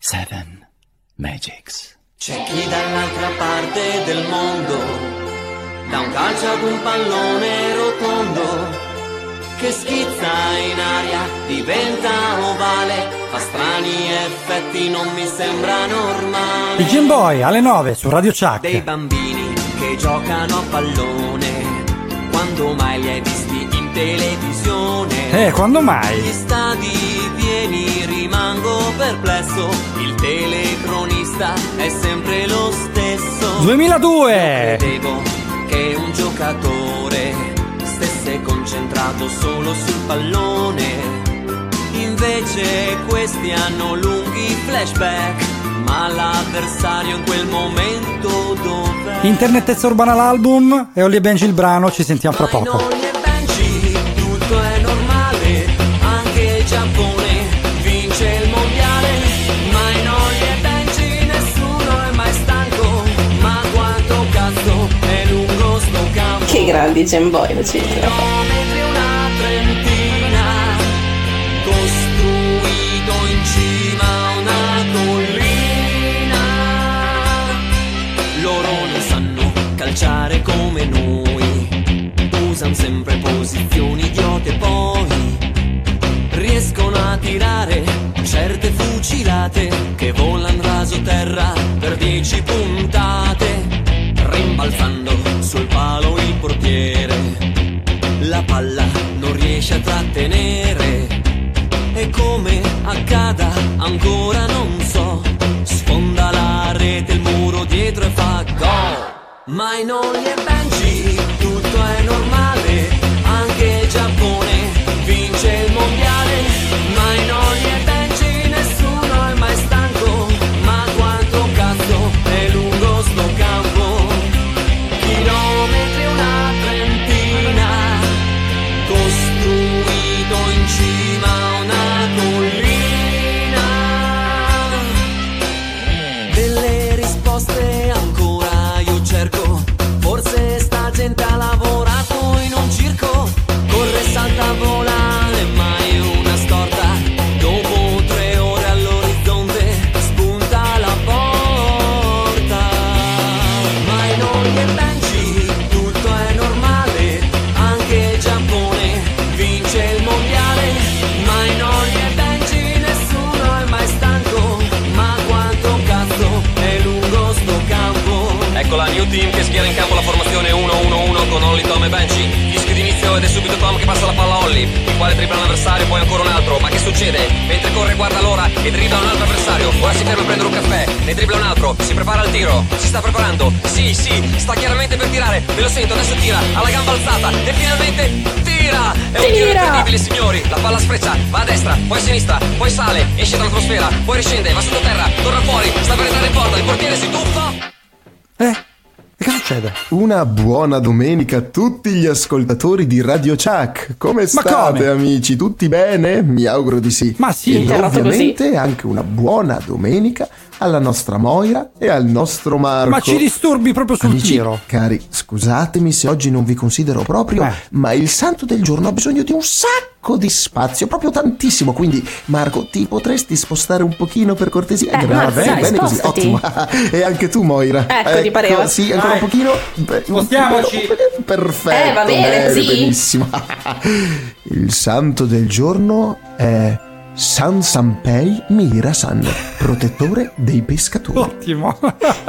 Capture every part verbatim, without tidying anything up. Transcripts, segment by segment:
Seven Magics. C'è chi dall'altra parte del mondo dà un calcio ad un pallone rotondo che schizza in aria, diventa ovale, fa strani effetti, non mi sembra normale. I Game Boy alle nove su Radio Chuck. Dei bambini che giocano a pallone, quando mai li hai visti in televisione? Eh, quando mai? Gli stadi pieni, rimango perplesso, il telecronista è sempre lo stesso. duemiladue. Credevo che un giocatore stesse concentrato solo sul pallone, invece questi hanno lunghi flashback, ma l'avversario in quel momento dov'è? Internet Urbana l'album e Ollie e Benji il brano, ci sentiamo fra poco. Ollie e Benji, tutto è normale, anche il Giappone vince il mondiale, ma in Ollie e Benji nessuno è mai stanco, ma quanto cazzo è lungo sto campo. Che grandi Game Boy, lo citro. Chilometri una trentina, costruito in cima a una collina. Loro non sanno calciare come noi, usan sempre posizioni idiote, poi riescono a tirare certe fucilate che volano raso terra per dieci puntate, rimbalzando sul palo il portiere, la palla non riesce a trattenere, e come accada ancora non so, sfonda la rete, il muro dietro e fa gol. Ma in Ollie e Benji tutto è normale, anche il Giappone vince il mondiale, ma in Ollie e Benji nessuno è mai stanco, ma quanto cazzo è lungo sto campo. Chilometri una trentina, costruito in cima a una collina. Delle risposte ancora io cerco, forse sta gente ha lavorato in un circo, corre, salta, vola, mai una storta, dopo tre ore all'orizzonte spunta la porta. Ma in Ollie e Benji tutto è normale, anche il Giappone vince il mondiale, ma in Ollie e Benji nessuno è mai stanco, ma quanto cazzo è lungo sto campo. Ecco la new team che schiera in campo la formazione uno uno uno con Ollie, Tom e Benji. Fischio d'inizio ed è subito Tom che passa la palla a Ollie, il quale dribbla un avversario, poi ancora un altro. Ma che succede? Mentre corre guarda l'ora e dribbla un altro avversario. Ora si ferma a prendere un caffè, ne dribbla un altro, si prepara al tiro, si sta preparando. Sì, sì, sta chiaramente per tirare. Ve lo sento, adesso tira, ha la gamba alzata e finalmente tira! È un tiro incredibile, signori. La palla sfreccia, va a destra, poi a sinistra, poi sale, esce dall'atmosfera, poi riscende, va sottoterra, torna fuori, sta per entrare in porta, il portiere si tuffa. Eh? E che succede? Una buona domenica a tutti gli ascoltatori di Radio Chuck. Come Ma state, come? amici? Tutti bene? Mi auguro di sì. Ma sì, e errato ovviamente anche una buona domenica alla nostra Moira e al nostro Marco. Ma ci disturbi proprio sul Amici, tiro. cari, scusatemi se oggi non vi considero proprio, Eh. ma il santo del giorno ha bisogno di un sacco di spazio, proprio tantissimo. Quindi, Marco, ti potresti spostare un pochino per cortesia? Eh, Grazie, Marco, dai, bene così, spostati. ottimo. E anche tu, Moira. Ecco, ti pareva. Sì, ancora Vai. un pochino. Beh, Spostiamoci. Perfetto. Eh, va bene, sì. Benissimo. Il santo del giorno è San Sanpei Mihira-san, protettore dei pescatori. Ottimo.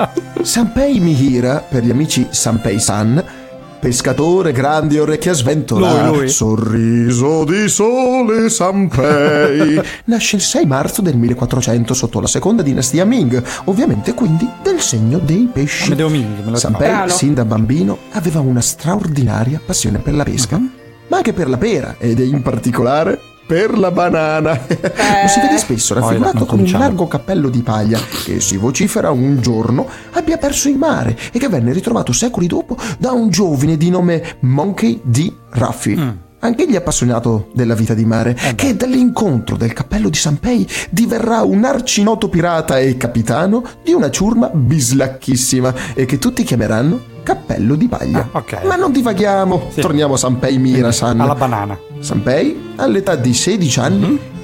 Sanpei Mihira, per gli amici Sanpei-san, pescatore, grandi orecchie a sventola, Lui, lui. sorriso di sole Sanpei. Nasce il sei marzo del millequattrocento sotto la seconda dinastia Ming, ovviamente quindi del segno dei pesci. Amedeo Ming, me lo Sanpei, Bravo. sin da bambino, aveva una straordinaria passione per la pesca, Mhm. ma anche per la pera, ed in particolare per la banana. Lo si vede spesso raffigurato non con un cominciamo. largo cappello di paglia che si vocifera un giorno abbia perso in mare e che venne ritrovato secoli dopo da un giovane di nome Monkey D. Ruffy. Mm. Anch'egli appassionato della vita di mare, Eh beh. che dall'incontro del cappello di Sanpei diverrà un arcinoto pirata e capitano di una ciurma bislacchissima e che tutti chiameranno Cappello di Paglia. Ah, ok. Ma non divaghiamo, Sì. torniamo a Sanpei Mihira-san. Alla banana. Sanpei, all'età di sedici anni,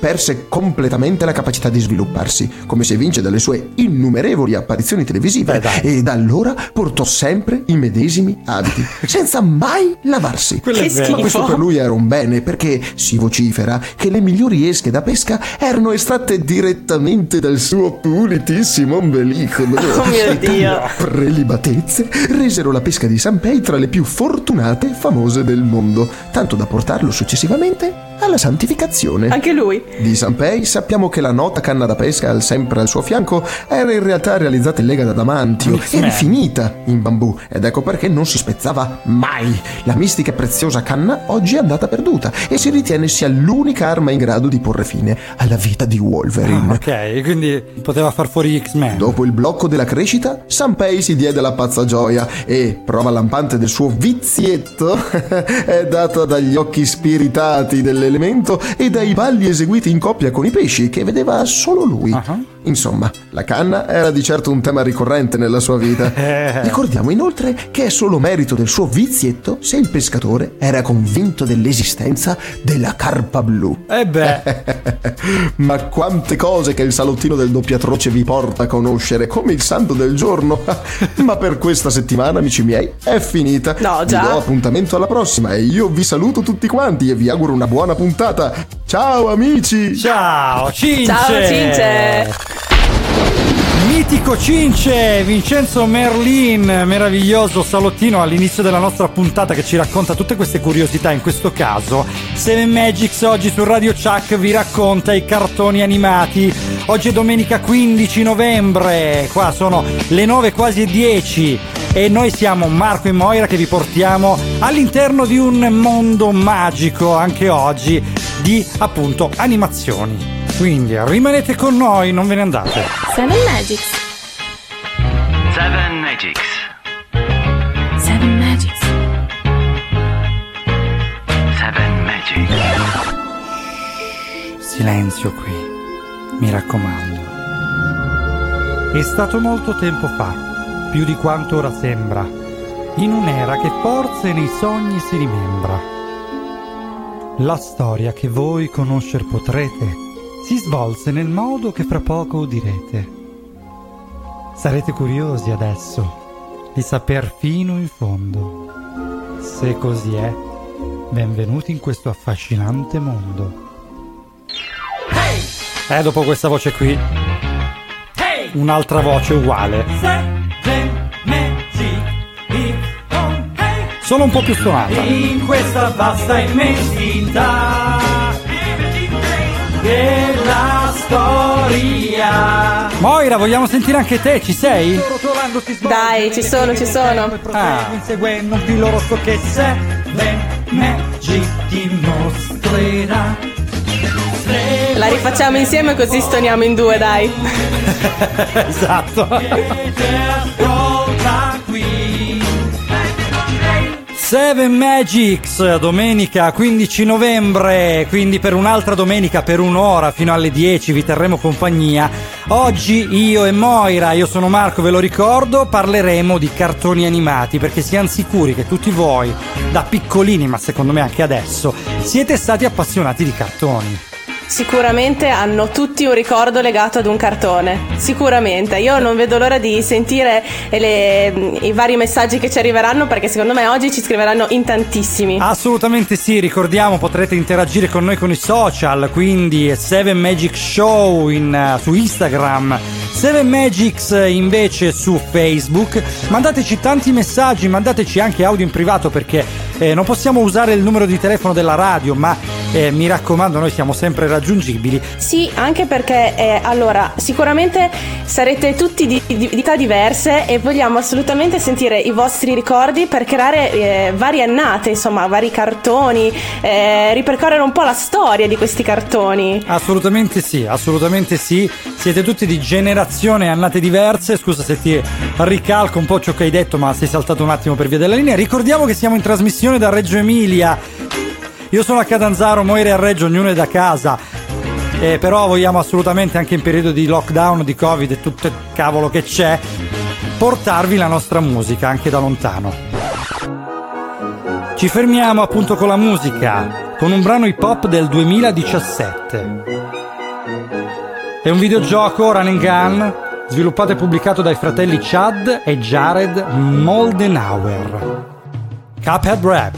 perse completamente la capacità di svilupparsi, come si evince dalle sue innumerevoli apparizioni televisive. Beh, e da allora portò sempre i medesimi abiti, senza mai lavarsi. Quello è Che vero. Ma questo schifo. per lui era un bene, perché si vocifera che le migliori esche da pesca erano estratte direttamente dal suo pulitissimo ombelico. Oh mio E tali Dio. prelibatezze resero la pesca di Sanpei tra le più fortunate e famose del mondo, tanto da portarlo successivamente alla santificazione. Anche lui. Di Sanpei sappiamo che la nota canna da pesca al sempre al suo fianco era in realtà realizzata in lega d'adamantio e rifinita in bambù, ed ecco perché non si spezzava mai. La mistica e preziosa canna oggi è andata perduta e si ritiene sia l'unica arma in grado di porre fine alla vita di Wolverine. Ah, ok, quindi poteva far fuori X-Men. Dopo il blocco della crescita, Sanpei si diede la pazza gioia e, prova lampante del suo vizietto, è data dagli occhi spiritati dell'elemento e dai balli eseguiti in coppia con i pesci che vedeva solo lui. Uh-huh. Insomma, la canna era di certo un tema ricorrente nella sua vita. Ricordiamo inoltre che è solo merito del suo vizietto se il pescatore era convinto dell'esistenza della carpa blu. Eh beh, Ma quante cose che il salottino del doppiatroce vi porta a conoscere, come il santo del giorno. Ma per questa settimana, amici miei, è finita. No, già. Vi do appuntamento alla prossima e io vi saluto tutti quanti e vi auguro una buona puntata. Ciao amici! ciao Cince. Ciao Cince. Mitico Cince, Vincenzo Merlin, meraviglioso salottino all'inizio della nostra puntata che ci racconta tutte queste curiosità. In questo caso Seven Magics oggi su Radio Chuck vi racconta i cartoni animati. Oggi è domenica quindici novembre, qua sono le nove quasi dieci e noi siamo Marco e Moira che vi portiamo all'interno di un mondo magico anche oggi di appunto animazioni. Quindi rimanete con noi, non ve ne andate. Seven Magics. Seven Magics. Seven Magics. Seven Magics. Silenzio qui, mi raccomando. È stato molto tempo fa, più di quanto ora sembra, in un'era che forse nei sogni si rimembra. La storia che voi conoscer potrete si svolse nel modo che fra poco udirete. Sarete curiosi adesso di saper fino in fondo. Se così è, benvenuti in questo affascinante mondo. Eh, dopo questa voce qui, un'altra voce uguale, solo un po' più suonata. In questa vasta immensità della storia. Moira, vogliamo sentire anche te, ci sei? Dai, ci sono, ci sono. Ah. Inseguendo un filo rosso che Seven Magic dimostrerà. La rifacciamo insieme così stoniamo in due, dai. Esatto. Seven Magics, domenica quindici novembre, quindi per un'altra domenica, per un'ora fino alle dieci vi terremo compagnia. Oggi io e Moira, io sono Marco, ve lo ricordo, parleremo di cartoni animati, perché siamo sicuri che tutti voi, da piccolini, ma secondo me anche adesso, siete stati appassionati di cartoni. Sicuramente hanno tutti un ricordo legato ad un cartone. Sicuramente. Io non vedo l'ora di sentire le, i vari messaggi che ci arriveranno, perché secondo me oggi ci scriveranno in tantissimi. Assolutamente sì, ricordiamo potrete interagire con noi con i social, quindi Seven Magic Show in, uh, su Instagram, Seven Magics invece su Facebook. Mandateci tanti messaggi, mandateci anche audio in privato, perché eh, non possiamo usare il numero di telefono della radio, ma eh, mi raccomando, noi siamo sempre raggiungibili. Sì, anche perché eh, allora sicuramente sarete tutti di, di, di età diverse e vogliamo assolutamente sentire i vostri ricordi per creare eh, varie annate, insomma vari cartoni, eh, ripercorrere un po' la storia di questi cartoni. Assolutamente sì, assolutamente sì. Siete tutti di generazione, annate diverse. Scusa se ti ricalco un po' ciò che hai detto, ma sei saltato un attimo per via della linea. Ricordiamo che siamo in trasmissione da Reggio Emilia. Io sono a Catanzaro, Moira e a Reggio, ognuno è da casa. Eh, però vogliamo assolutamente, anche in periodo di lockdown, di Covid e tutto il cavolo che c'è, portarvi la nostra musica anche da lontano. Ci fermiamo appunto con la musica, con un brano hip hop del duemiladiciassette. È un videogioco run and gun sviluppato e pubblicato dai fratelli Chad e Jared Moldenhauer. Cuphead Rap.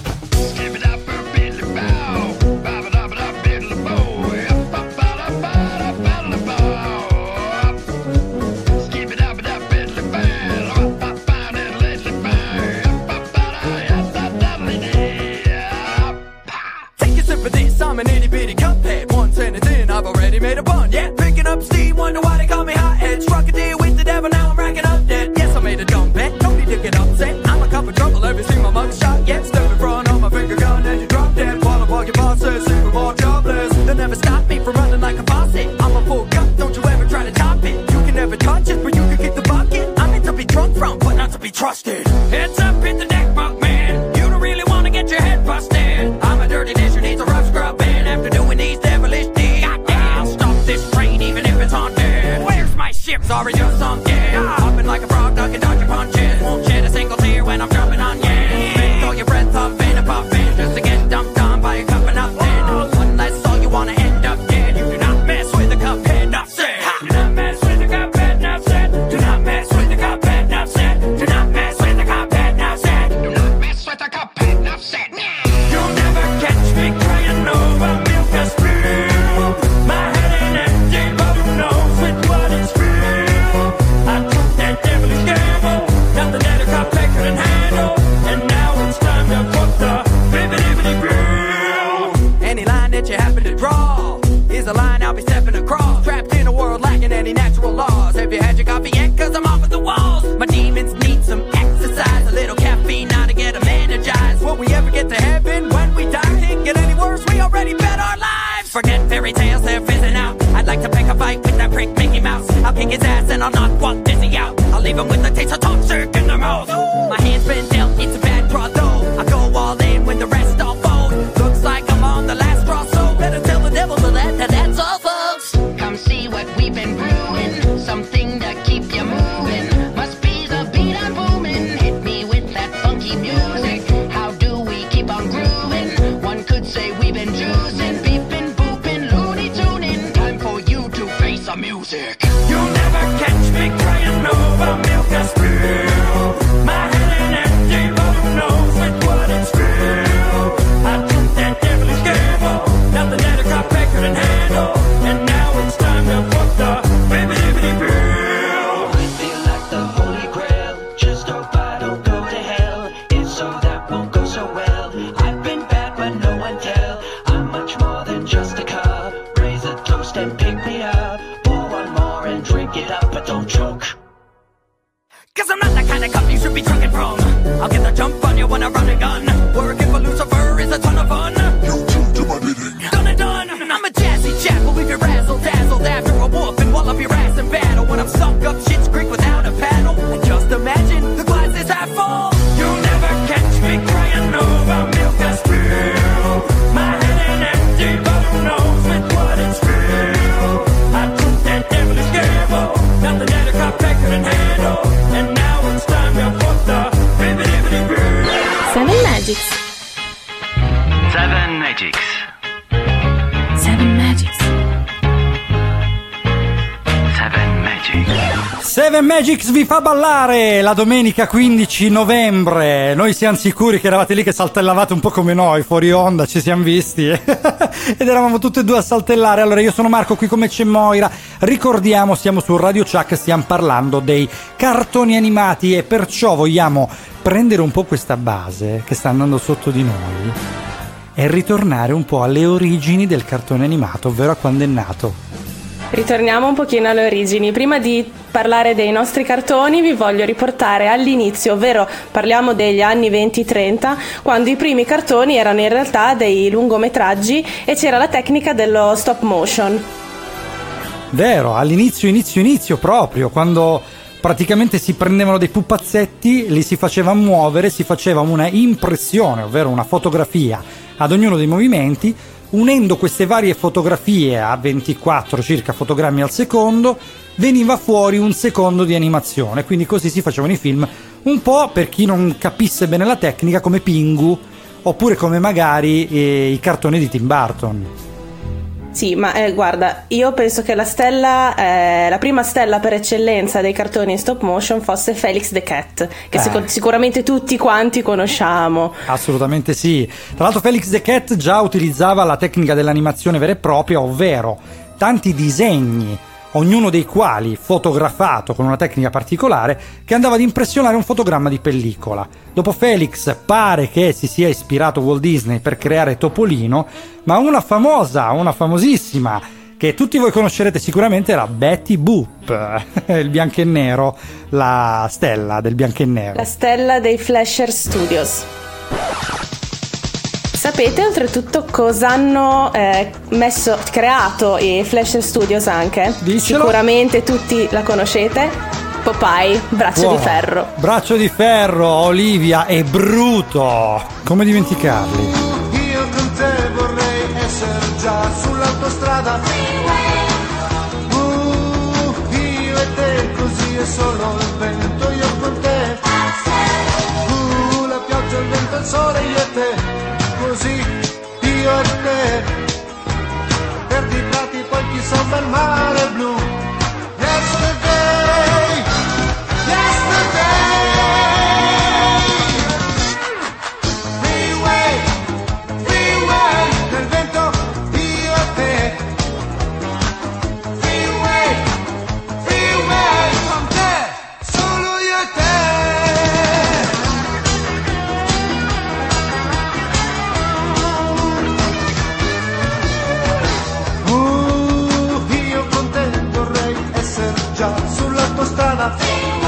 I'm an itty bitty cuphead. One sentence in, I've already made a bun. Yeah, picking up steam, wonder why they call me hothead. Struck a deal with the devil, now I'm racking up debt. Yes, I made a dumb bet, don't need to get upset. I'm a cup of trouble, have you seen my mug shot yet? Step in front on my finger gun and you drop dead. While I walk your bosses, even more jobless. They'll never stop me from running like a faucet. I'm a full cup, don't you ever try to top it. You can never touch it, but you can get the bucket. I'm meant to be drunk from, but not to be trusted. Heads up, hit the deck, buck man. You don't really wanna get your head busted. I'm a dirty dish who needs a rough scrub man. After doing these devilish deeds, I'll stop this train even if it's haunted. Where's my ship? Sorry, just sunk in. Hopping like a frog, ducking, dodging punches. Won't shed a single tear when I'm dropping on you. Make all your breath up in a puffin' just to get dumped on by a cup of nothing. One less, all you wanna end up dead. You do not mess with the cuphead, enough said. Do not mess with the cuphead, enough said. Do not mess with the cuphead, enough said. Do not mess with the cuphead, enough said. Do not mess with the cuphead, enough said. You'll never catch me crying over milk and spoon. My head ain't empty, but who knows with what it's real. I took that devilish gamble, nothing that a cuphead couldn't handle. And now it's time to put the bibbidi bill. Any line that you happen to draw is a line I'll be stepping across. Trapped in a world lacking any natural laws. Have you had your coffee yet? Cause I'm off at the walls. My demons need some exercise, a little caffeine now to get them energized. Will we ever get to heaven when we die? Can't get any worse, we already bet our lives. Forget fairy tales, they're fizzing out. I'd like to pick a fight with that prick Mickey Mouse. I'll kick his ass and I'll knock one dizzy out. I'll leave him with the taste of toxic in their mouth. My hand's been dealt, it's a bad draw though. I go all in when the rest all fold. Looks like I'm on the last straw, so better tell the devil to that, that that's all folks. Come see what we've been brewing, something to keep you moving. Must be the beat I'm booming, hit me with that funky music. How do we keep on grooving? One could say we've been juicing, beeping, booping, loony tuning. Time for you to face some music. You'll never catch me crying over milk and spoon. My head ain't empty, but who knows with what it's real. I took that devilish gamble, nothing that a cuphead couldn't handle. And now it's time to put the bibbidi bill. I feel like the holy grail. Just hope I don't go to hell. If so, that won't go so well. I've been bad, but no one tell. I'm much more than just a cup. Raise a toast and pick me up. Pour one more and drink it up, but don't choke. Cause I'm not the kind of cup you should be drinking from. I'll get the jump on you when I run a gun. Working for Lucifer is a ton of fun. You two do my bidding. Done and done. I'm a jazzy chap who'll leave you razzle dazzled after a wolf and wall up your ass in battle. When I'm sunk up shit's creek without a paddle. And just imagine the glasses I fall. You'll never catch me crying over milk and spoon. My head ain't empty, but who knows with what it's real. I took that devilish gamble, nothing that a cuphead couldn't handle. And now it's time to put the bibbidi bill. Seven Magics. Seven Magics. Seven Magics. Seven Magics. Seven Magics vi fa ballare la domenica quindici novembre. Noi siamo sicuri che eravate lì che saltellavate un po' come noi, fuori onda, ci siamo visti ed eravamo tutti e due a saltellare. Allora, io sono Marco, qui come c'è Moira. Ricordiamo, siamo su Radio Chuck, stiamo parlando dei cartoni animati e perciò vogliamo prendere un po' questa base che sta andando sotto di noi e ritornare un po' alle origini del cartone animato, ovvero a quando è nato. Ritorniamo un pochino alle origini. Prima di parlare dei nostri cartoni vi voglio riportare all'inizio, ovvero parliamo degli anni venti trenta, quando i primi cartoni erano in realtà dei lungometraggi e c'era la tecnica dello stop motion. Vero, all'inizio, inizio, inizio proprio, quando praticamente si prendevano dei pupazzetti, li si faceva muovere, si faceva una impressione, ovvero una fotografia ad ognuno dei movimenti. Unendo queste varie fotografie a ventiquattro circa fotogrammi al secondo, veniva fuori un secondo di animazione. Quindi così si facevano i film, un po' per chi non capisse bene la tecnica, come Pingu, oppure come magari eh, i cartoni di Tim Burton. Sì, ma eh, guarda, io penso che la stella, eh, la prima stella per eccellenza dei cartoni in stop motion fosse Felix the Cat, che Eh. sic- sicuramente tutti quanti conosciamo. Assolutamente sì. Tra l'altro Felix the Cat già utilizzava la tecnica dell'animazione vera e propria, ovvero tanti disegni, ognuno dei quali fotografato con una tecnica particolare che andava ad impressionare un fotogramma di pellicola. Dopo Felix pare che si sia ispirato Walt Disney per creare Topolino, ma una famosa, una famosissima, che tutti voi conoscerete sicuramente, era Betty Boop, il bianco e nero, la stella del bianco e nero. La stella dei Fleischer Studios. Sapete oltretutto cosa hanno eh, messo, creato i Fleischer Studios anche? Dicelo. Sicuramente tutti la conoscete. Popeye, braccio Wow. di ferro. Braccio di ferro, Olivia e Bruto. Come dimenticarli? Io con te vorrei essere già sull'autostrada. Uh, io e te, così è solo il vento, io con te. Uh, la pioggia, il vento, il sole, io e te, così io e te. Verdi i prati, poi chissà un bel mare blu. Yesterday, yesterday. Freeway, freeway, nel vento io e te. Freeway, freeway, con te, solo io e te. Uh, io con te vorrei essere già sull'autostrada.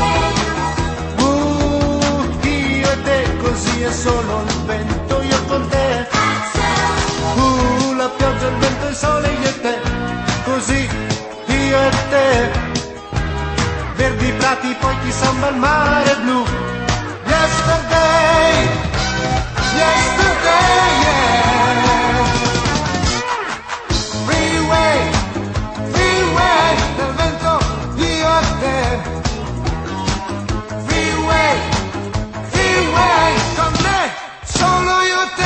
Uh, io e te, così è solo il vento, io con te. Uh, la pioggia, il vento, il sole, io e te, così io e te. Verdi i prati, poi chissà un bel mare blu. Yesterday, yesterday, yeah. Freeway, freeway, nel vento io e te. Freeway, freeway, con me, solo io e te.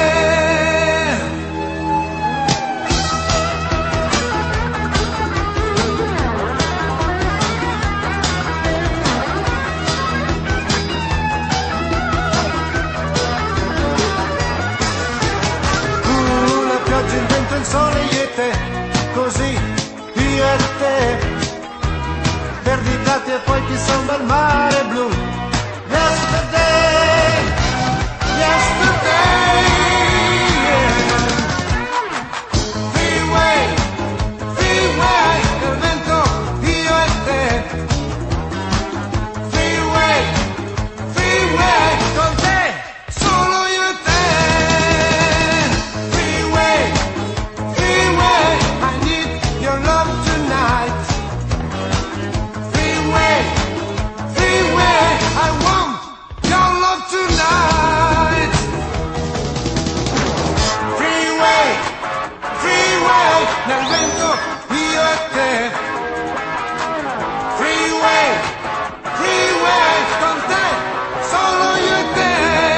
Uh, la pioggia, il vento, il sole, io e te, così io e te. Verdi i prati e poi chissà un bel mare blu. Yesterday, yesterday, yeah. Freeway, freeway, nel vento io e te. Freeway, freeway, con te, solo io e te. Freeway, freeway, I need your love tonight. Freeway, freeway, I want your love tonight. Freeway, freeway, nel vento io e te. Freeway, freeway, con te, solo io e te.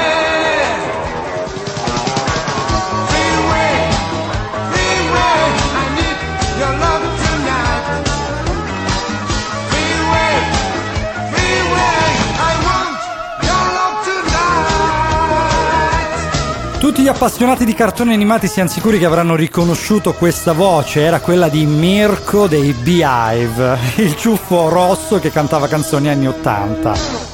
Freeway, freeway, I need your love tonight. Freeway, freeway, I want your love tonight. Tutti gli appassionati di cartoni animati siamo sicuri che avranno riconosciuto questa voce, era quella di Mirko dei Beehive, il ciuffo rosso che cantava canzoni anni ottanta.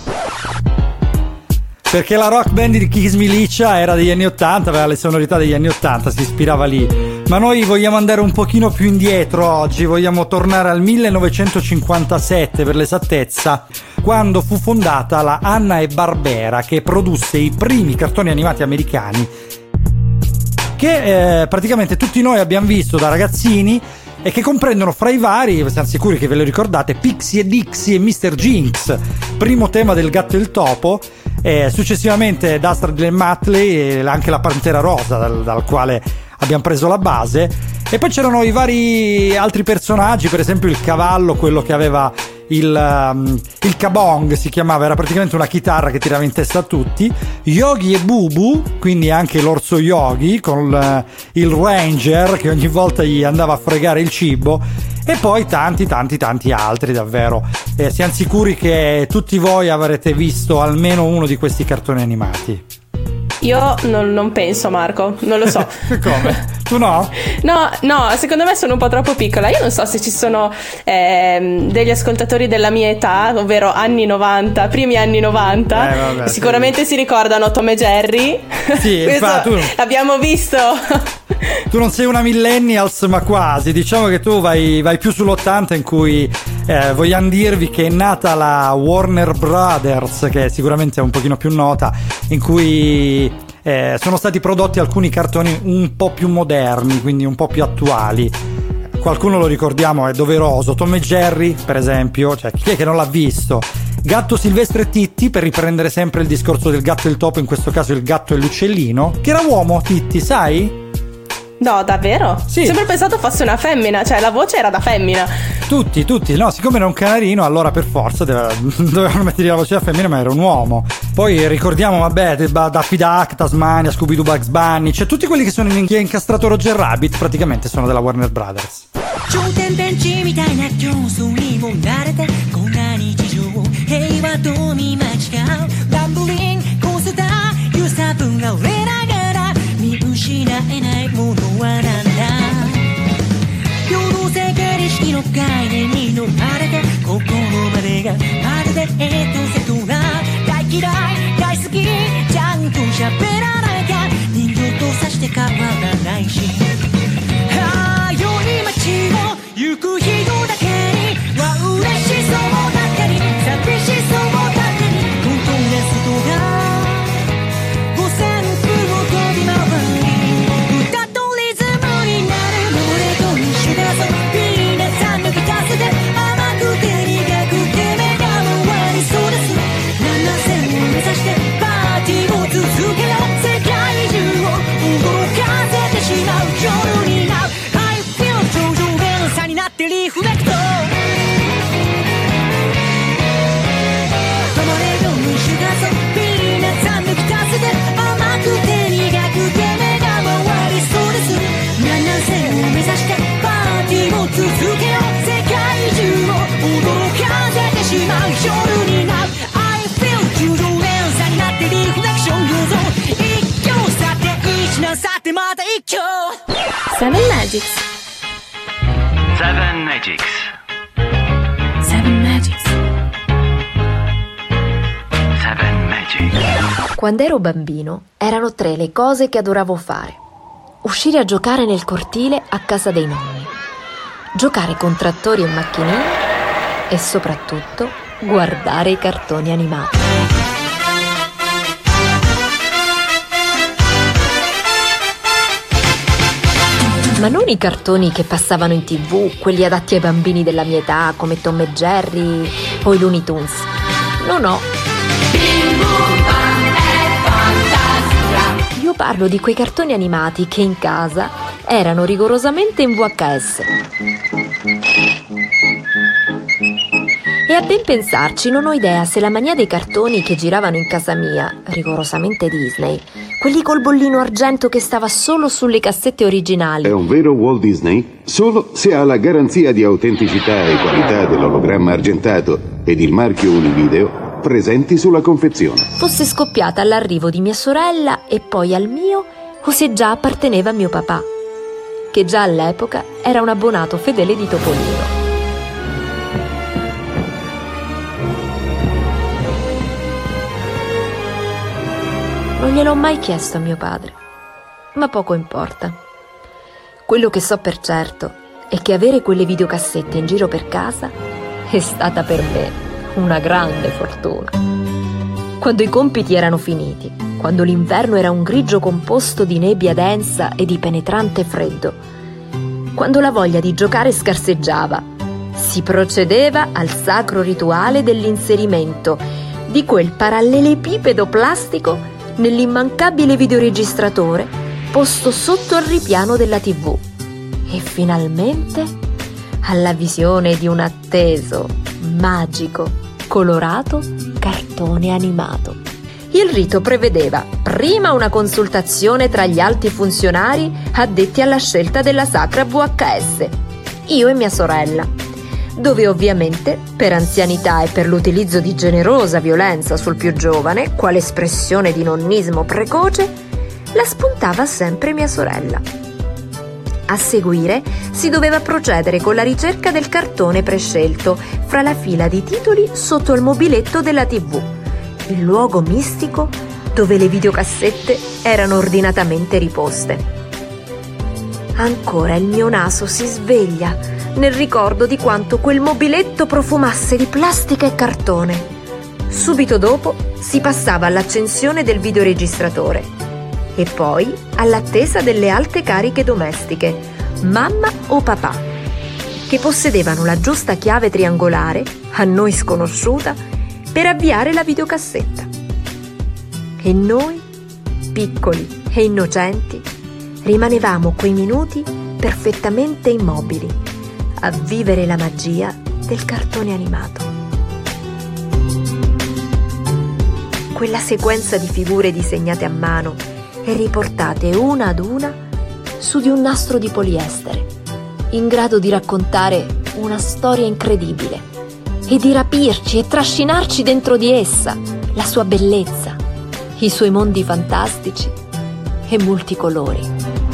Perché la rock band di Kiss Milicia era degli anni ottanta, aveva le sonorità degli anni ottanta, si ispirava lì. Ma noi vogliamo andare un pochino più indietro oggi, vogliamo tornare al millenovecentocinquantasette per l'esattezza, quando fu fondata la Hanna e Barbera, che produsse i primi cartoni animati americani che eh, praticamente tutti noi abbiamo visto da ragazzini e che comprendono fra i vari, siamo sicuri che ve lo ricordate, Pixie e Dixie e mister Jinx, primo tema del Gatto e il Topo, e successivamente Dastardly e Muttley e anche la Pantera Rosa dal, dal quale abbiamo preso la base, e poi c'erano i vari altri personaggi, per esempio il cavallo, quello che aveva il, um, il kabong si chiamava, era praticamente una chitarra che tirava in testa a tutti, Yogi e Bubu, quindi anche l'orso Yogi con il, il ranger che ogni volta gli andava a fregare il cibo, e poi tanti tanti tanti altri davvero. Eh, siamo sicuri che tutti voi avrete visto almeno uno di questi cartoni animati. Io non, non penso, Marco, non lo so. Come? Tu no? No, no, secondo me sono un po' troppo piccola. Io non so se ci sono ehm, degli ascoltatori della mia età, ovvero anni novanta, primi anni novanta, eh, vabbè, sicuramente sì. Si ricordano Tom e Jerry. Sì, questo tu... l'abbiamo visto. Tu non sei una millennials, ma quasi. Diciamo che tu vai, vai più sull'ottanta, in cui eh, vogliamo dirvi che è nata la Warner Brothers, che sicuramente è un pochino più nota, in cui eh, sono stati prodotti alcuni cartoni un po' più moderni, quindi un po' più attuali. Qualcuno lo ricordiamo, è doveroso. Tom e Jerry, per esempio, cioè chi è che non l'ha visto? Gatto Silvestre e Titti, per riprendere sempre il discorso del gatto e il topo, in questo caso il gatto e l'uccellino, che era uomo Titti, sai? No, davvero? Sì. Ho sempre pensato fosse una femmina, cioè la voce era da femmina. Tutti, tutti, no, siccome era un canarino, allora per forza deve, dovevano mettere la voce da femmina, ma era un uomo. Poi ricordiamo, vabbè, Daffy Duck, Tasmania, Scooby-Doo, Bugs Bunny, cioè tutti quelli che sono in chi ha incastrato Roger Rabbit praticamente sono della Warner Brothers. Seven Magics. Seven Magics. Seven Magics. Seven Magics. Quando ero bambino erano tre le cose che adoravo fare: uscire a giocare nel cortile a casa dei nonni, giocare con trattori e macchinine e soprattutto guardare i cartoni animati. Ma non i cartoni che passavano in tivù, quelli adatti ai bambini della mia età, come Tom e Jerry o i Looney Tunes. No, no. Io parlo di quei cartoni animati che in casa erano rigorosamente in V H S. E a ben pensarci, non ho idea se la mania dei cartoni che giravano in casa mia, rigorosamente Disney, quelli col bollino argento che stava solo sulle cassette originali. È un vero Walt Disney solo se ha la garanzia di autenticità e qualità dell'ologramma argentato ed il marchio Univideo presenti sulla confezione. Fosse scoppiata all'arrivo di mia sorella e poi al mio, o se già apparteneva a mio papà, che già all'epoca era un abbonato fedele di Topolino. Non gliel'ho mai chiesto a mio padre, ma poco importa. Quello che so per certo è che avere quelle videocassette in giro per casa è stata per me una grande fortuna. Quando i compiti erano finiti, quando l'inverno era un grigio composto di nebbia densa e di penetrante freddo, quando la voglia di giocare scarseggiava, si procedeva al sacro rituale dell'inserimento di quel parallelepipedo plastico nell'immancabile videoregistratore posto sotto il ripiano della tivù. E finalmente, alla visione di un atteso magico, colorato, cartone animato. Il rito prevedeva prima una consultazione tra gli alti funzionari addetti alla scelta della sacra V H S, io e mia sorella, dove ovviamente, per anzianità e per l'utilizzo di generosa violenza sul più giovane, quale espressione di nonnismo precoce, la spuntava sempre mia sorella. A seguire si doveva procedere con la ricerca del cartone prescelto fra la fila di titoli sotto il mobiletto della tivù, il luogo mistico dove le videocassette erano ordinatamente riposte. Ancora il mio naso si sveglia nel ricordo di quanto quel mobiletto profumasse di plastica e cartone. Subito dopo si passava all'accensione del videoregistratore e poi all'attesa delle alte cariche domestiche, mamma o papà, che possedevano la giusta chiave triangolare, a noi sconosciuta, per avviare la videocassetta. E noi, piccoli e innocenti, rimanevamo quei minuti perfettamente immobili, a vivere la magia del cartone animato. Quella sequenza di figure disegnate a mano e riportate una ad una su di un nastro di poliestere, in grado di raccontare una storia incredibile e di rapirci e trascinarci dentro di essa, la sua bellezza, i suoi mondi fantastici e multicolori.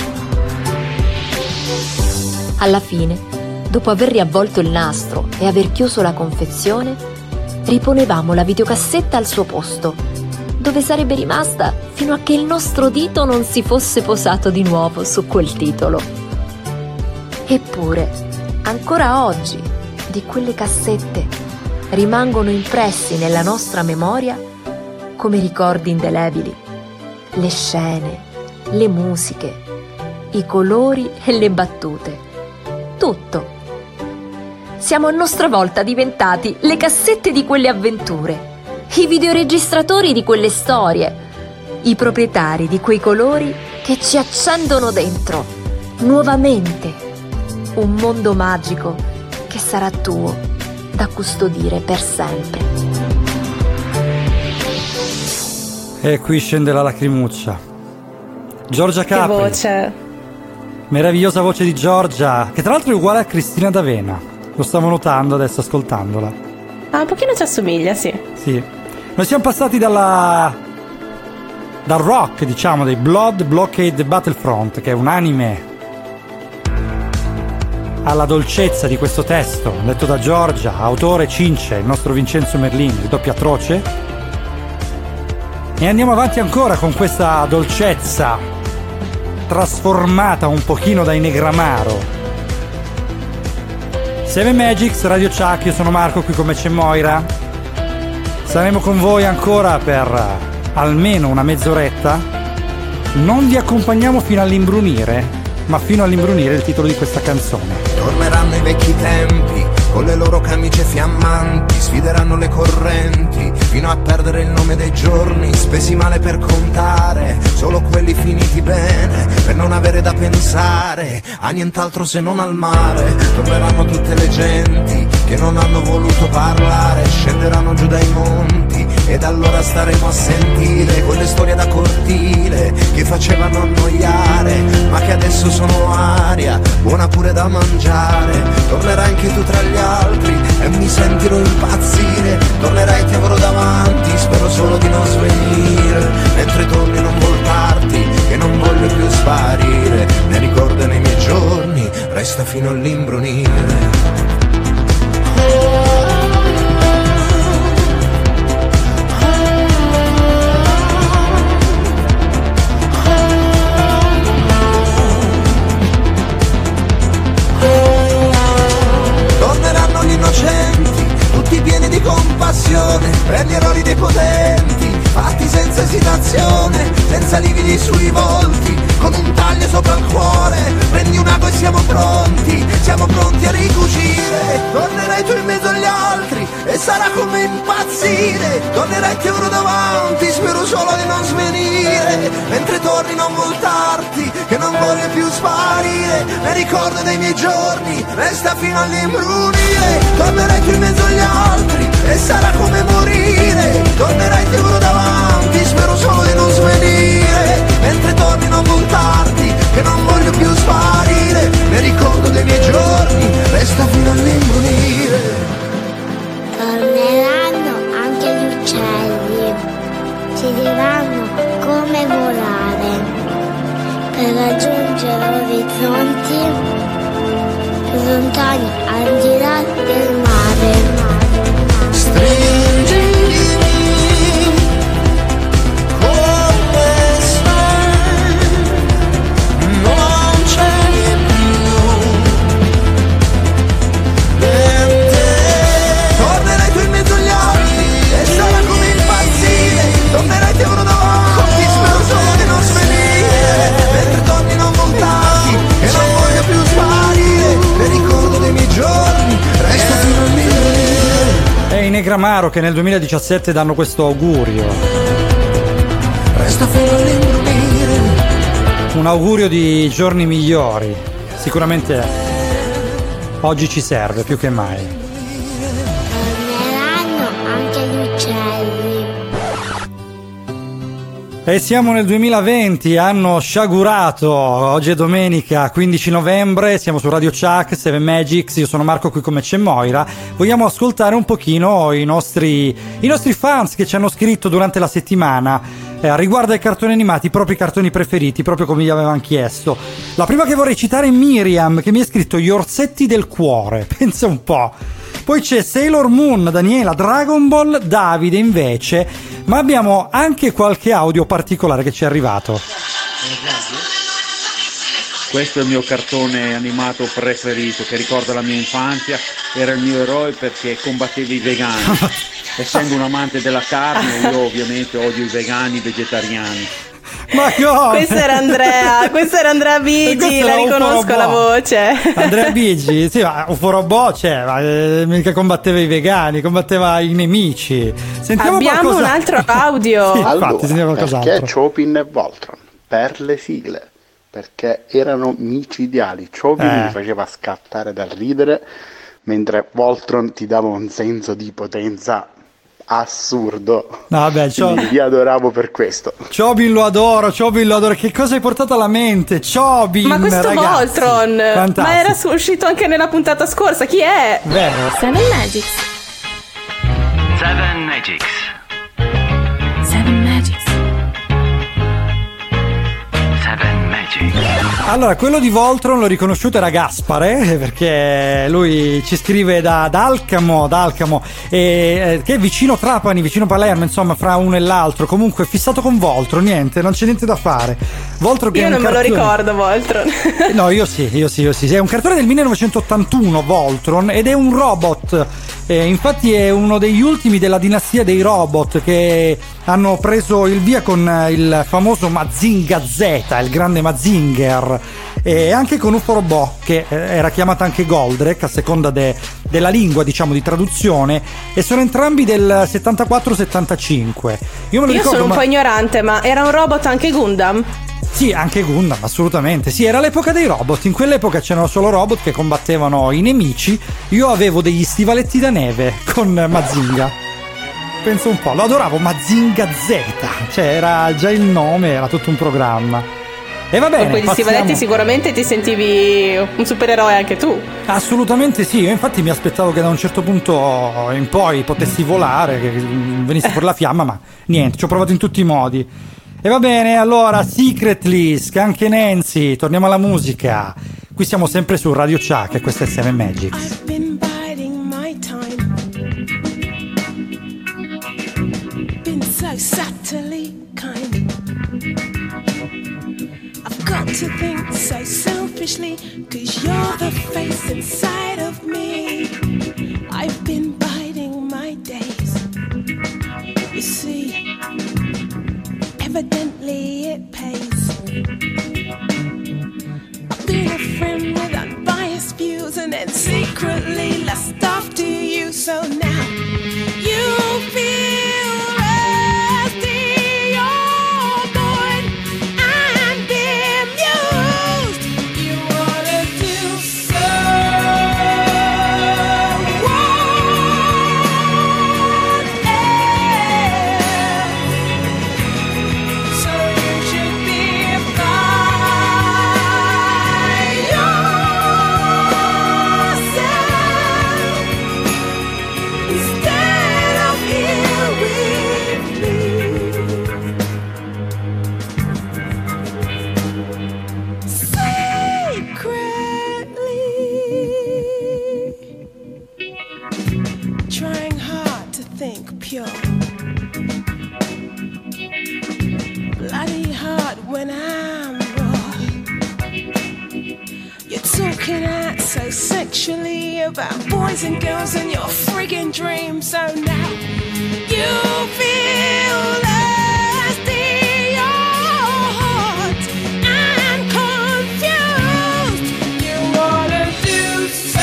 Alla fine, dopo aver riavvolto il nastro e aver chiuso la confezione, riponevamo la videocassetta al suo posto, dove sarebbe rimasta fino a che il nostro dito non si fosse posato di nuovo su quel titolo. Eppure, ancora oggi, di quelle cassette rimangono impressi nella nostra memoria come ricordi indelebili le scene, le musiche, i colori e le battute. Tutto. Siamo a nostra volta diventati le cassette di quelle avventure, i videoregistratori di quelle storie, i proprietari di quei colori che ci accendono dentro, nuovamente, un mondo magico che sarà tuo da custodire per sempre. E qui scende la lacrimuccia. Giorgia Capri. Che voce. Meravigliosa voce di Giorgia, che tra l'altro è uguale a Cristina D'Avena. Lo stavo notando adesso ascoltandola. Ah, un pochino ci assomiglia, sì. Sì. Noi siamo passati dalla... dal rock, diciamo, dei Blood Blockade Battlefront, che è un anime, alla dolcezza di questo testo, letto da Giorgia, autore Cince, il nostro Vincenzo Merlin, il doppio atroce. E andiamo avanti ancora con questa dolcezza trasformata un pochino da Inegramaro. Seven Magics, Radio Chuck, io sono Marco, qui con me c'è Moira. Saremo con voi ancora per almeno una mezz'oretta. Non vi accompagniamo fino all'imbrunire, ma fino all'imbrunire il titolo di questa canzone. Torneranno i vecchi tempi, con le loro camicie fiammanti, sfideranno le correnti, fino a perdere il nome dei giorni, spesi male per contare, solo quelli finiti bene, per non avere da pensare a nient'altro se non al mare. Torneranno tutte le genti che non hanno voluto parlare, scenderanno giù dai monti, ed allora staremo a sentire quelle storie da cortile che facevano annoiare, ma che adesso sono aria, buona pure da mangiare. Tornerai anche tu tra gli altri e mi sentirò impazzire, tornerai ti avrò davanti, spero solo di non svenire, mentre torni non voltarti, che non voglio più sparire, ne ricordo nei miei giorni, resta fino all'imbrunire. Tutti pieni di compassione per gli errori dei potenti, fatti senza esitazione, senza lividi sui volti, con un taglio sopra il cuore. Prendi un ago e siamo pronti, siamo pronti a ricucire. Tornerai tu in mezzo agli altri e e sarà come impazzire. Tornerai e ti avrò davanti, spero solo di non svenire. Mentre torni non voltarti, che non voglio più sparire. Ne ricordo dei miei giorni, resta fino all'imbrunire. Tornerai tu in mezzo agli altri e sarà come morire. Tornerai e ti avrò davanti, spero solo di non svenire. Mentre torni non voltarti, che non voglio più sparire. Ne ricordo dei miei giorni, resta fino all'imbrunire. Torneranno anche gli uccelli, ci diranno come volare per raggiungere orizzonti più lontani al di là del mare. Stringimi come sai, non c'è più niente. Tornerai tu in mezzo agli altri e sarà come impazzire. Tornerai ti avrò davanti, spero solo di non svenire. Mentre torni non voltarti e non voglio più sparire. Ne ricordo dei miei giorni, resto fino al mille. È i Negramaro che nel duemiladiciassette danno questo augurio. Resta fino all'imbrunire. Un augurio di giorni migliori. Sicuramente oggi ci serve più che mai. Torneranno anche gli uccelli. E siamo nel duemilaventi, anno sciagurato. Oggi è domenica quindici novembre, siamo su Radio Chuck, Seven Magics, io sono Marco, qui come c'è Moira. Vogliamo ascoltare un pochino i nostri, i nostri fans che ci hanno scritto durante la settimana eh, riguardo ai cartoni animati, i propri cartoni preferiti, proprio come gli avevano chiesto. La prima che vorrei citare è Miriam, che mi ha scritto Gli orsetti del cuore, pensa un po'. Poi c'è Sailor Moon, Daniela, Dragon Ball, Davide invece, ma abbiamo anche qualche audio particolare che ci è arrivato. Questo è il mio cartone animato preferito, che ricorda la mia infanzia, era il mio eroe perché combatteva i vegani. Essendo un amante della carne, io ovviamente odio i vegani, i vegetariani. Ma come? Questo era Andrea, questo era Andrea Bigi, la riconosco la voce. Andrea Bigi, sì, ma Uforobò, cioè, ma, eh, mica combatteva i vegani, combatteva i nemici. Sentiamo Abbiamo qualcosa... un altro audio. Sì, allora, infatti, sentiamo qualcos'altro. Perché Chopin e Voltron? Per le sigle, perché erano micidiali. Chopin Eh. mi faceva scattare dal ridere, mentre Voltron ti dava un senso di potenza assurdo. No, vabbè, Cho- Quindi li adoravo per questo. Chobin lo adoro, Chobin lo adoro. Che cosa hai portato alla mente? Chobin, Ma questo ragazzi. Voltron, Fantastico. ma era su- uscito anche nella puntata scorsa, chi è? Vero. Seven Magics. Seven Magics. Seven Magics. Seven Magics. Allora, quello di Voltron l'ho riconosciuto, era Gaspare, perché lui ci scrive da, da Alcamo, da Alcamo e, eh, che è vicino Trapani, vicino Palermo, insomma, fra uno e l'altro. Comunque è fissato con Voltron, niente, non c'è niente da fare. Voltron che Io è un non me lo cartone- ricordo Voltron. No, io sì, io sì, io sì. È un cartone del millenovecentottantuno, Voltron, ed è un robot. Eh, infatti è uno degli ultimi della dinastia dei robot che hanno preso il via con il famoso Mazinga Z, il grande Mazinger, e anche con Uforobò, che eh, era chiamata anche Goldrake a seconda de- della lingua, diciamo, di traduzione, e sono entrambi del settantaquattro settantacinque. Io me lo Io ricordo, sono un ma- po' ignorante, ma era un robot anche Gundam? Sì, anche Gundam, assolutamente. Sì, era l'epoca dei robot. In quell'epoca c'erano solo robot che combattevano i nemici. Io avevo degli stivaletti da neve con Mazinga. Penso un po', lo adoravo, Mazinga Z. Cioè, era già il nome, era tutto un programma. E va bene, Con quegli passiamo- stivaletti sicuramente ti sentivi un supereroe anche tu. Assolutamente sì, io infatti mi aspettavo che da un certo punto in poi potessi volare, che venisse fuori la fiamma, ma niente, ci ho provato in tutti i modi. E va bene, allora, Secretly, Skunk e Nancy, torniamo alla musica. Qui siamo sempre su Radio Chuck e questa è Seven Magics. I've been biding my time. Been so subtly kind. I've got to think so selfishly, 'cause you're the face inside of me. I've been biding my days. You see, evidently it pays. I've been a friend with unbiased views and then secretly lust after you. So now think pure. Bloody hard when I'm raw. You're talking out so sexually about boys and girls and your friggin' dreams. So now you feel lost in your heart and confused. You wanna do so.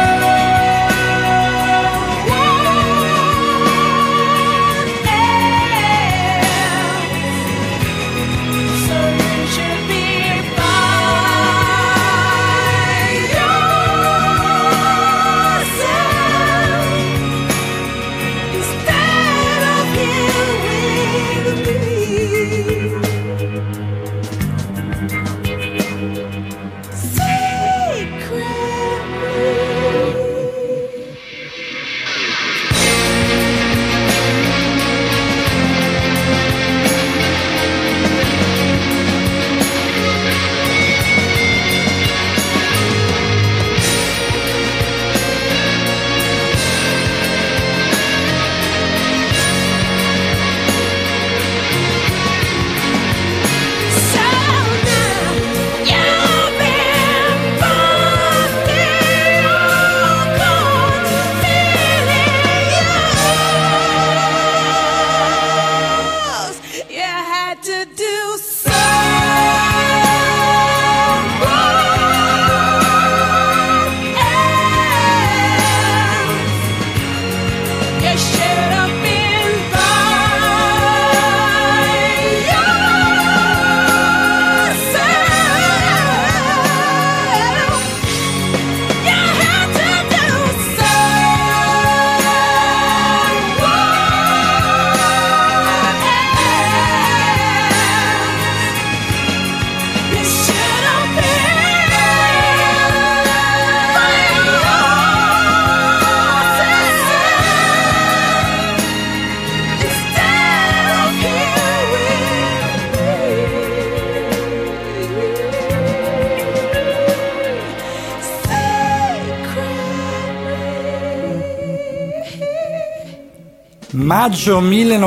Maggio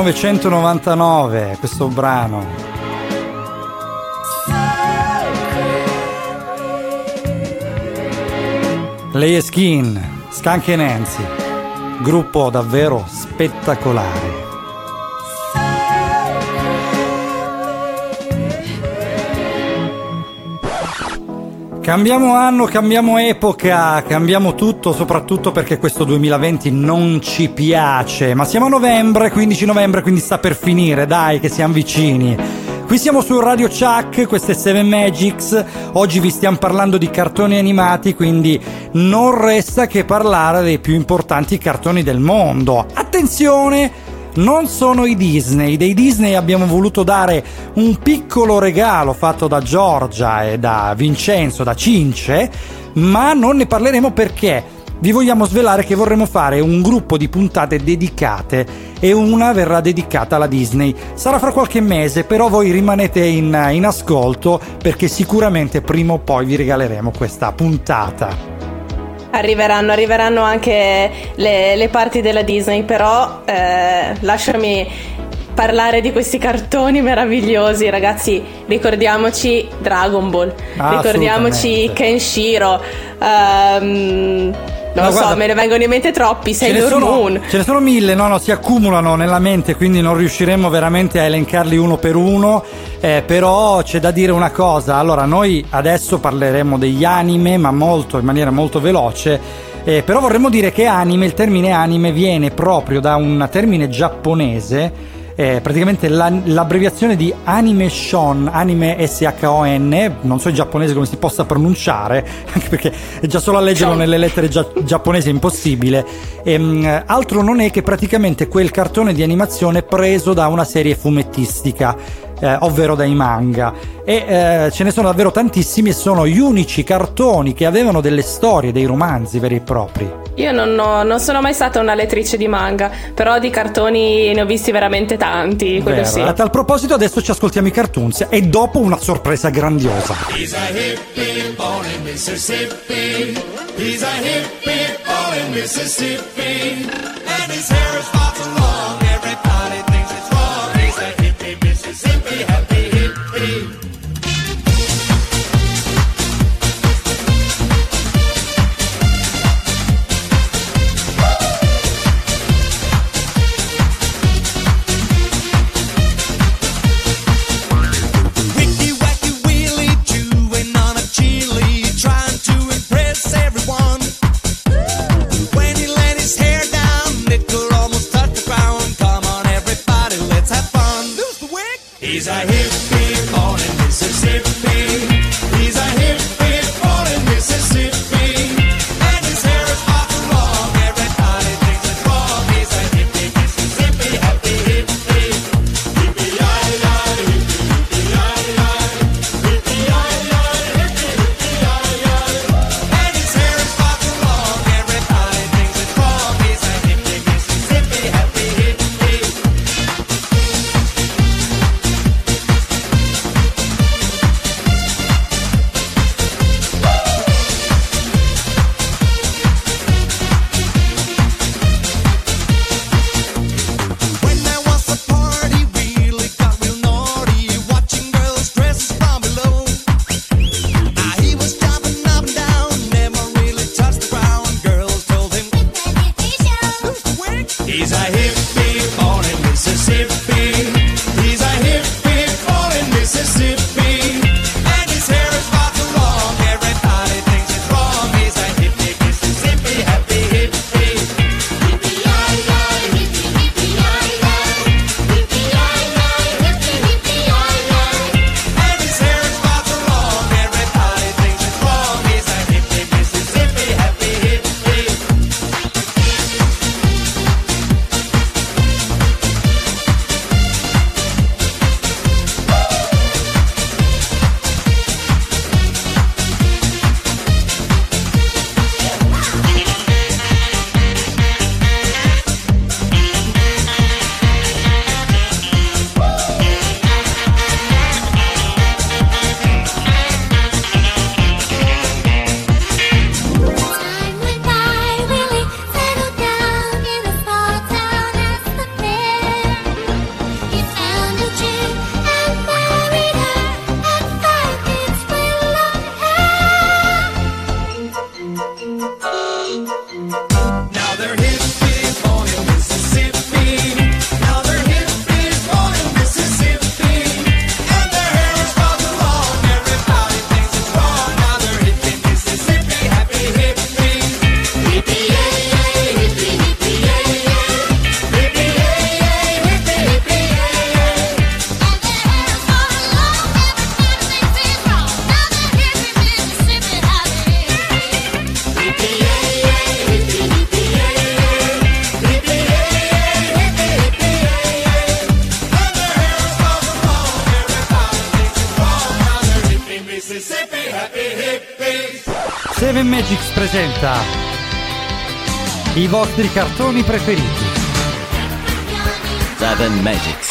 millenovecentonovantanove, questo brano. Lei è Skin, Skunk e Nancy, gruppo davvero spettacolare. Cambiamo anno, cambiamo epoca, cambiamo tutto, soprattutto perché questo duemilaventi non ci piace. Ma siamo a novembre, quindici novembre, quindi sta per finire, dai che siamo vicini. Qui siamo su Radio Chuck, questo è Seven Magics, oggi vi stiamo parlando di cartoni animati, quindi non resta che parlare dei più importanti cartoni del mondo. Attenzione! Non sono i Disney, dei Disney abbiamo voluto dare un piccolo regalo fatto da Giorgia e da Vincenzo, da Cince, ma non ne parleremo perché vi vogliamo svelare che vorremmo fare un gruppo di puntate dedicate e una verrà dedicata alla Disney. Sarà fra qualche mese, però voi rimanete in, in ascolto perché sicuramente prima o poi vi regaleremo questa puntata. Arriveranno, arriveranno anche le, le parti della Disney, però eh, lasciami parlare di questi cartoni meravigliosi, ragazzi. Ricordiamoci Dragon Ball, ah, ricordiamoci Kenshiro, um, non no, lo guarda, so, me ne vengono in mente troppi. Sailor Moon. Ce ne sono mille, no, no, si accumulano nella mente, quindi non riusciremo veramente a elencarli uno per uno. Eh, però c'è da dire una cosa. Allora, noi adesso parleremo degli anime, ma molto in maniera molto veloce. Eh, però vorremmo dire che anime, il termine anime viene proprio da un termine giapponese. Eh, praticamente la, l'abbreviazione di anime shon, anime S H O N, non so in giapponese come si possa pronunciare, anche perché già solo a leggerlo nelle lettere gia- giapponesi è impossibile. Ehm, altro non è che praticamente quel cartone di animazione preso da una serie fumettistica, eh, ovvero dai manga, e eh, ce ne sono davvero tantissimi e sono gli unici cartoni che avevano delle storie, dei romanzi veri e propri. Io non, ho, non sono mai stata una lettrice di manga, però di cartoni ne ho visti veramente tanti, quello sì. A tal proposito adesso ci ascoltiamo i cartoons e dopo una sorpresa grandiosa. He's a hippie born in Mississippi. He's a hippie born in Mississippi. And his hair is lots of long. hippie born in Mississippi. He's a hippie born in Mississippi. And his hair is far too long. Everybody thinks it's wrong. He's a hippie Mississippi, happy hippie. Hippie-yi-yi, hippie, hippie-yi-yi. Hippie-yi-yi, hippie, hippie-yi-yi. And his hair is far too long. Everybody thinks it's wrong. He's a hippie Mississippi, happy hippie. Time went by, Willie settled down in a small town as the fair. He found a chick and married her, and five kids with long hair. Now they're hippies born in Mississippi. Now they're hippies born in Mississippi. And their hair is far too long. Everybody thinks it's wrong. Now they're hippie Mississippi, happy hippie. Hippie-yay-yay, hippie, hippie-yay-yay. Hippie-yay-yay, hippie, hippie-yay-yay. And their hair is far too long. Everybody thinks it's wrong. Now they're hippie Mississippi, happy hippie. Hippie-yay-yay, hippie, hippie-yay-yay. Hippie-yay-yay, hippie, hippie-yay-yay. And their hair is far too long. Everybody thinks it's wrong. Now they're hippie Mississippi, happy hippies. Seven Magics presenta i vostri cartoni preferiti. Seven Magics.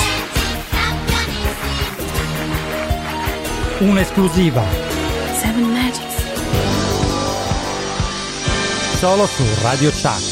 Un'esclusiva Seven Magics. solo su Radio Chuck.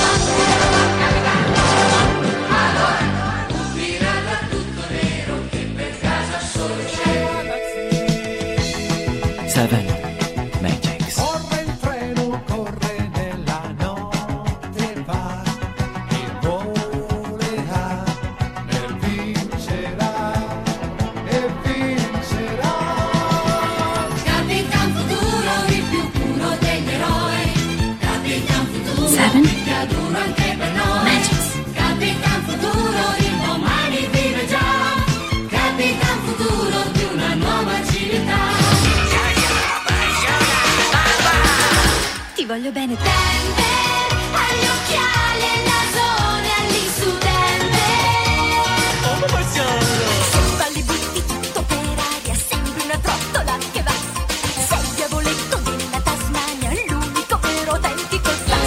Seven Magics. Corre il treno, corre nella notte, va e volerà, e vincerà, e vincerà. Capitan Futuro, il più puro degli eroi. Capitan Futuro, Seven duro anche per noi. Magics. Capitan Futuro, il domani vive già. Capitan Futuro di una nuova civiltà. Ti voglio bene. Denver, agli occhiali e nasone all'in su Denver. Se balli butti tutto per aria, sembri una trottola che va. Sei il diavoletto della Tasmania, l'unico vero autentico sta.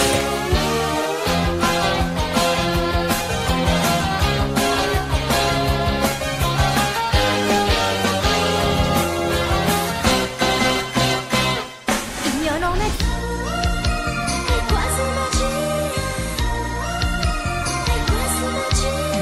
Il mio nome è È quasi magia, è quasi magia.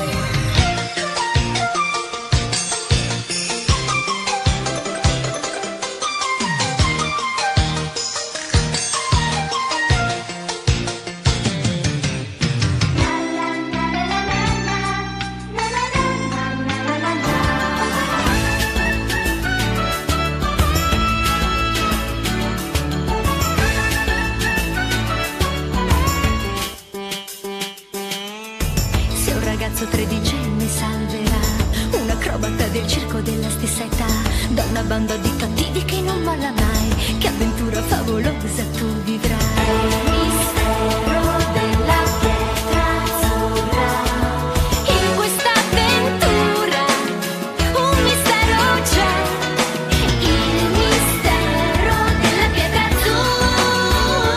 Se un ragazzo tredicenne salverà un acrobata del circo della stessa età da una banda di cattivi che non molla mai, che avventura favolosa tu vivrai. Mistero della pietra azzurra, in questa avventura un mistero c'è, il mistero della pietra azzurra.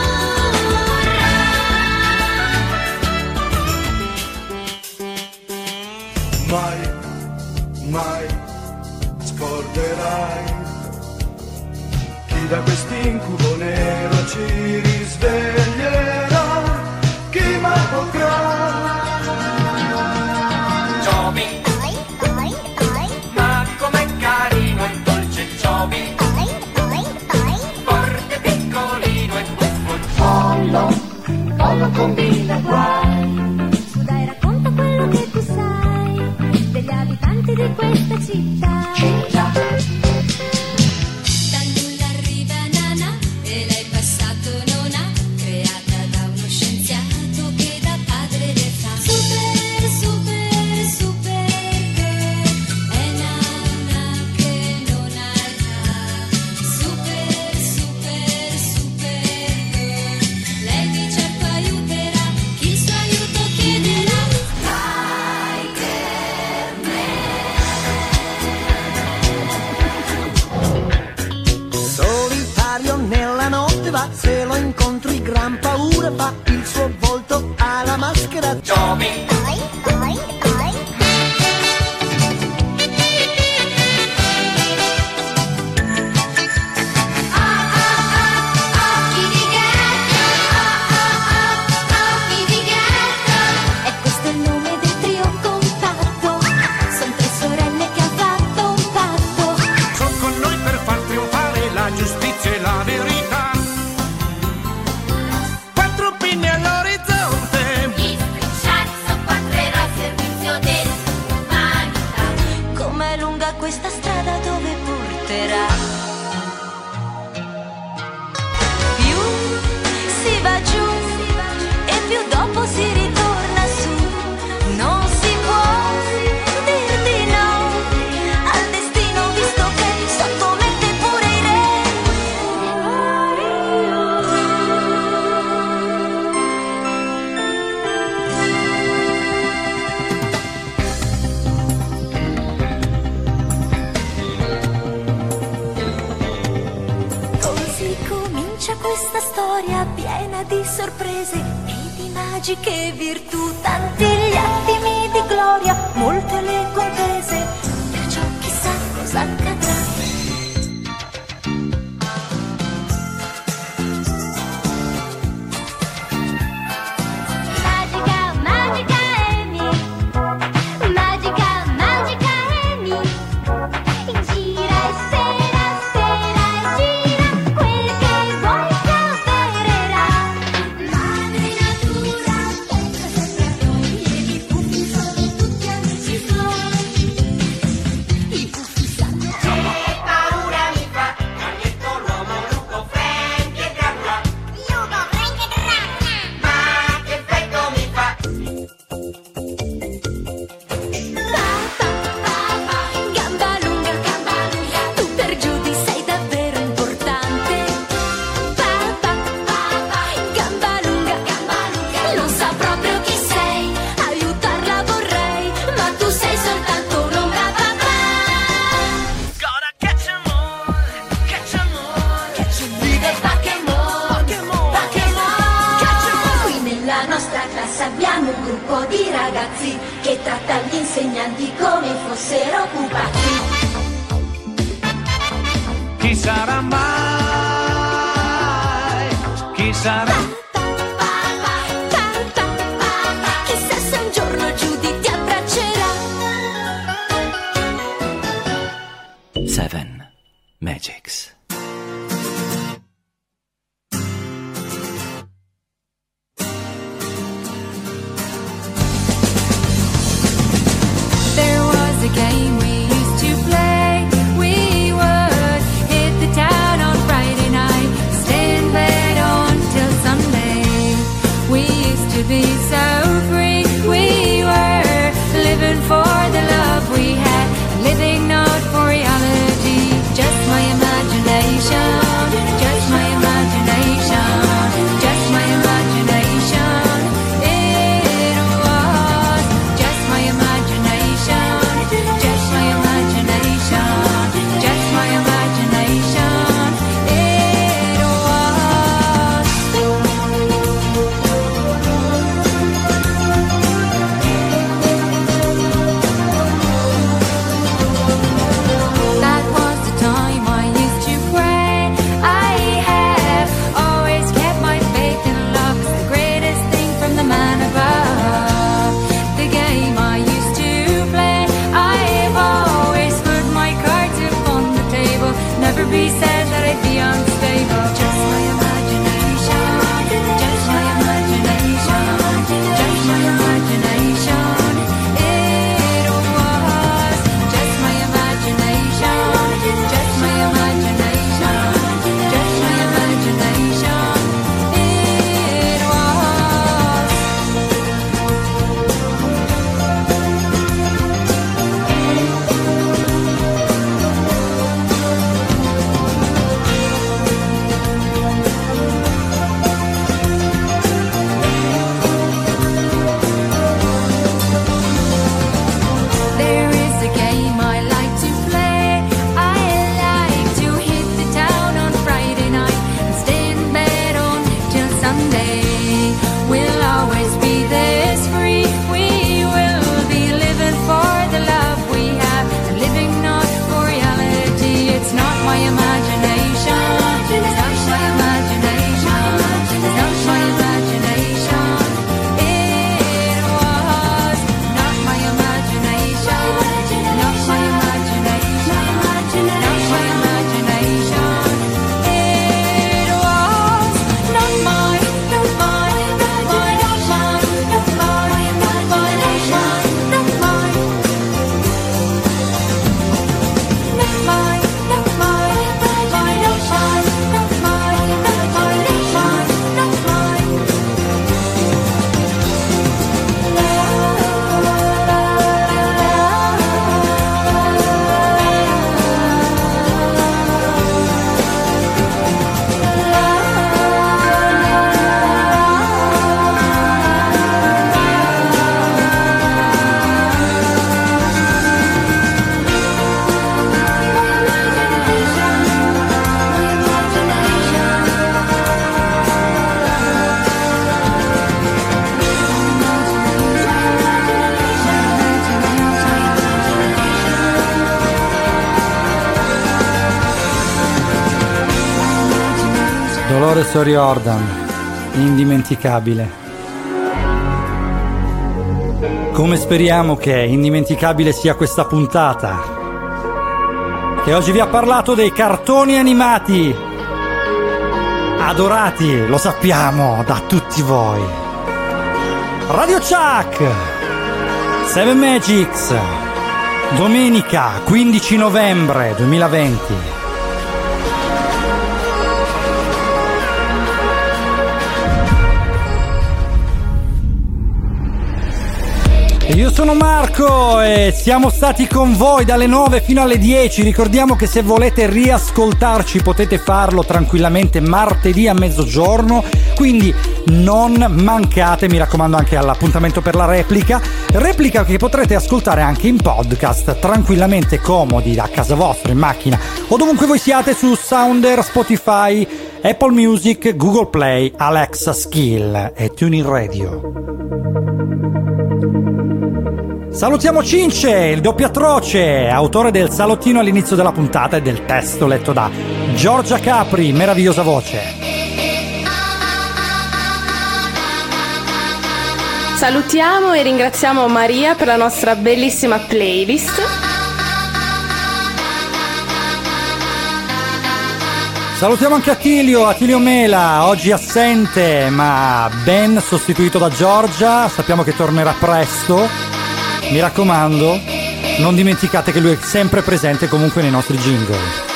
Mai, mai scorderai chi da quest'incubo nero ci risveglierà, chi mai potrà. Giovi, ma com'è carino e dolce Giovi. Forte, piccolino e buffo. Pollo, pollo combina guai. Su dai racconta di questa città. Da nulla arriva Nana e lei passato non ha, creata da uno scienziato che da padre le fa. Super, super, super girl, è Nana che non ha età. Super, super, super girl, lei di certo aiuterà chi il suo aiuto chiederà. Solitario nella notte va, se lo incontri gran paura fa, il suo volto ha la maschera Tommy. E questo è il nome del trio compatto, son tre sorelle che han fatto un patto. Son con noi per far trionfare la giustizia e la verità. Quattro pinne all'orizzonte, Gli strisciati son quattro eroi al servizio dell'umanità. Com'è lunga questa strada dove porterà? Più si va giù e più dopo si ritorna su. Non si può dir di no al destino, visto che sottomette pure i re. Così comincia questa storia piena di sorprese e di magiche virtù, tanti gli attimi di gloria, molte le contese, perciò chissà cosa accadrà. Magica, magica Amy, magica, magica Amy, gira e spera, spera e gira, quel che vuoi ti avvererà. Madre natura, pensa sempre a noi, e i puffi sono tutti amici suoi. I puffi sanno che paura mi fa, ha detto l'uomo Lupo, Frank e Dracula. Lupo, Frank e Dracula. Ma che effetto mi fa? Gamba lunga, gamba lunga, tu per Judy sei davvero importante. Papà, papà, gamba lunga, gamba lunga, non sa proprio chi sei, aiutarla vorrei, ma tu sei soltanto un'ombra papà. Gotta catch 'em all, catch 'em all, catch 'em all. Vive Pokémon, Pokémon, catch 'em all. Qui nella nostra classe abbiamo un gruppo di ragazzi che tratta gli insegnanti come fossero pupazzi. chi sarà mai? Chi sarà? Chissà se un giorno Judy ti abbraccerà. Seven Magics. There was a game we used to play. We would hit the town on Friday night, stay in bed until Sunday. We used to be so free. We were Dolores O'Riordan, indimenticabile. Come speriamo che indimenticabile sia questa puntata, che oggi vi ha parlato dei cartoni animati adorati, lo sappiamo, da tutti voi. Radio Chuck, Seven Magics, domenica quindici novembre duemilaventi. Io sono Marco e siamo stati con voi dalle nove fino alle dieci. Ricordiamo che se volete riascoltarci potete farlo tranquillamente martedì a mezzogiorno, quindi non mancate, mi raccomando, anche all'appuntamento per la replica. Replica che potrete ascoltare anche in podcast, tranquillamente comodi da casa vostra, in macchina o dovunque voi siate, su Sounder, Spotify, Apple Music, Google Play, Alexa Skill e TuneIn Radio. Salutiamo Cince, il doppio atroce, autore del salottino all'inizio della puntata e del testo letto da Giorgia Capri, meravigliosa voce. Salutiamo e ringraziamo Maria per la nostra bellissima playlist. Salutiamo anche Attilio, Attilio Mela, oggi assente ma ben sostituito da Giorgia, sappiamo che tornerà presto. Mi raccomando, non dimenticate che lui è sempre presente comunque nei nostri jingle.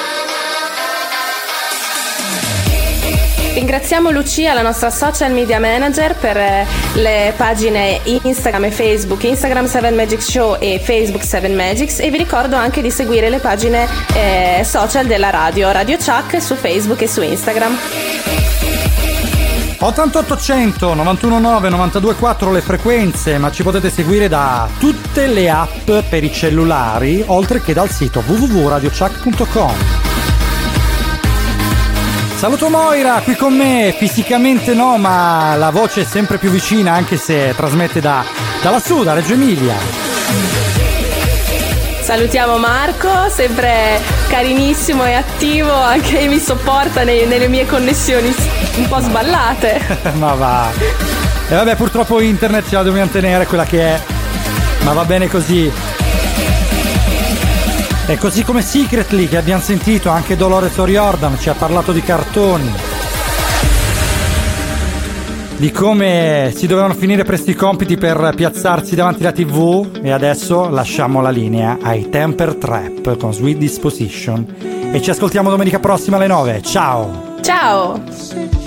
Ringraziamo Lucia, la nostra social media manager, per le pagine Instagram e Facebook, Instagram Seven Magics Show e Facebook Seven Magics, e vi ricordo anche di seguire le pagine eh, social della radio, Radio Chuck, su Facebook e su Instagram. ottantotto cento novantuno nove novantadue quattro le frequenze, ma ci potete seguire da tutte le app per i cellulari, oltre che dal sito w w w punto radio chuck punto com. Saluto Moira, qui con me, fisicamente no, ma la voce è sempre più vicina, anche se trasmette da, da lassù, da Reggio Emilia. Salutiamo Marco, sempre carinissimo e attivo, anche mi sopporta nei, nelle mie connessioni un po' sballate. Ma va. E vabbè, purtroppo internet ce la dobbiamo tenere quella che è, ma va bene così. E così come Secretly, che abbiamo sentito, anche Dolores O'Riordan ci ha parlato di cartoni, di come si dovevano finire presto i compiti per piazzarsi davanti alla tivù, e adesso lasciamo la linea ai Temper Trap con Sweet Disposition e ci ascoltiamo domenica prossima alle nove. Ciao! Ciao!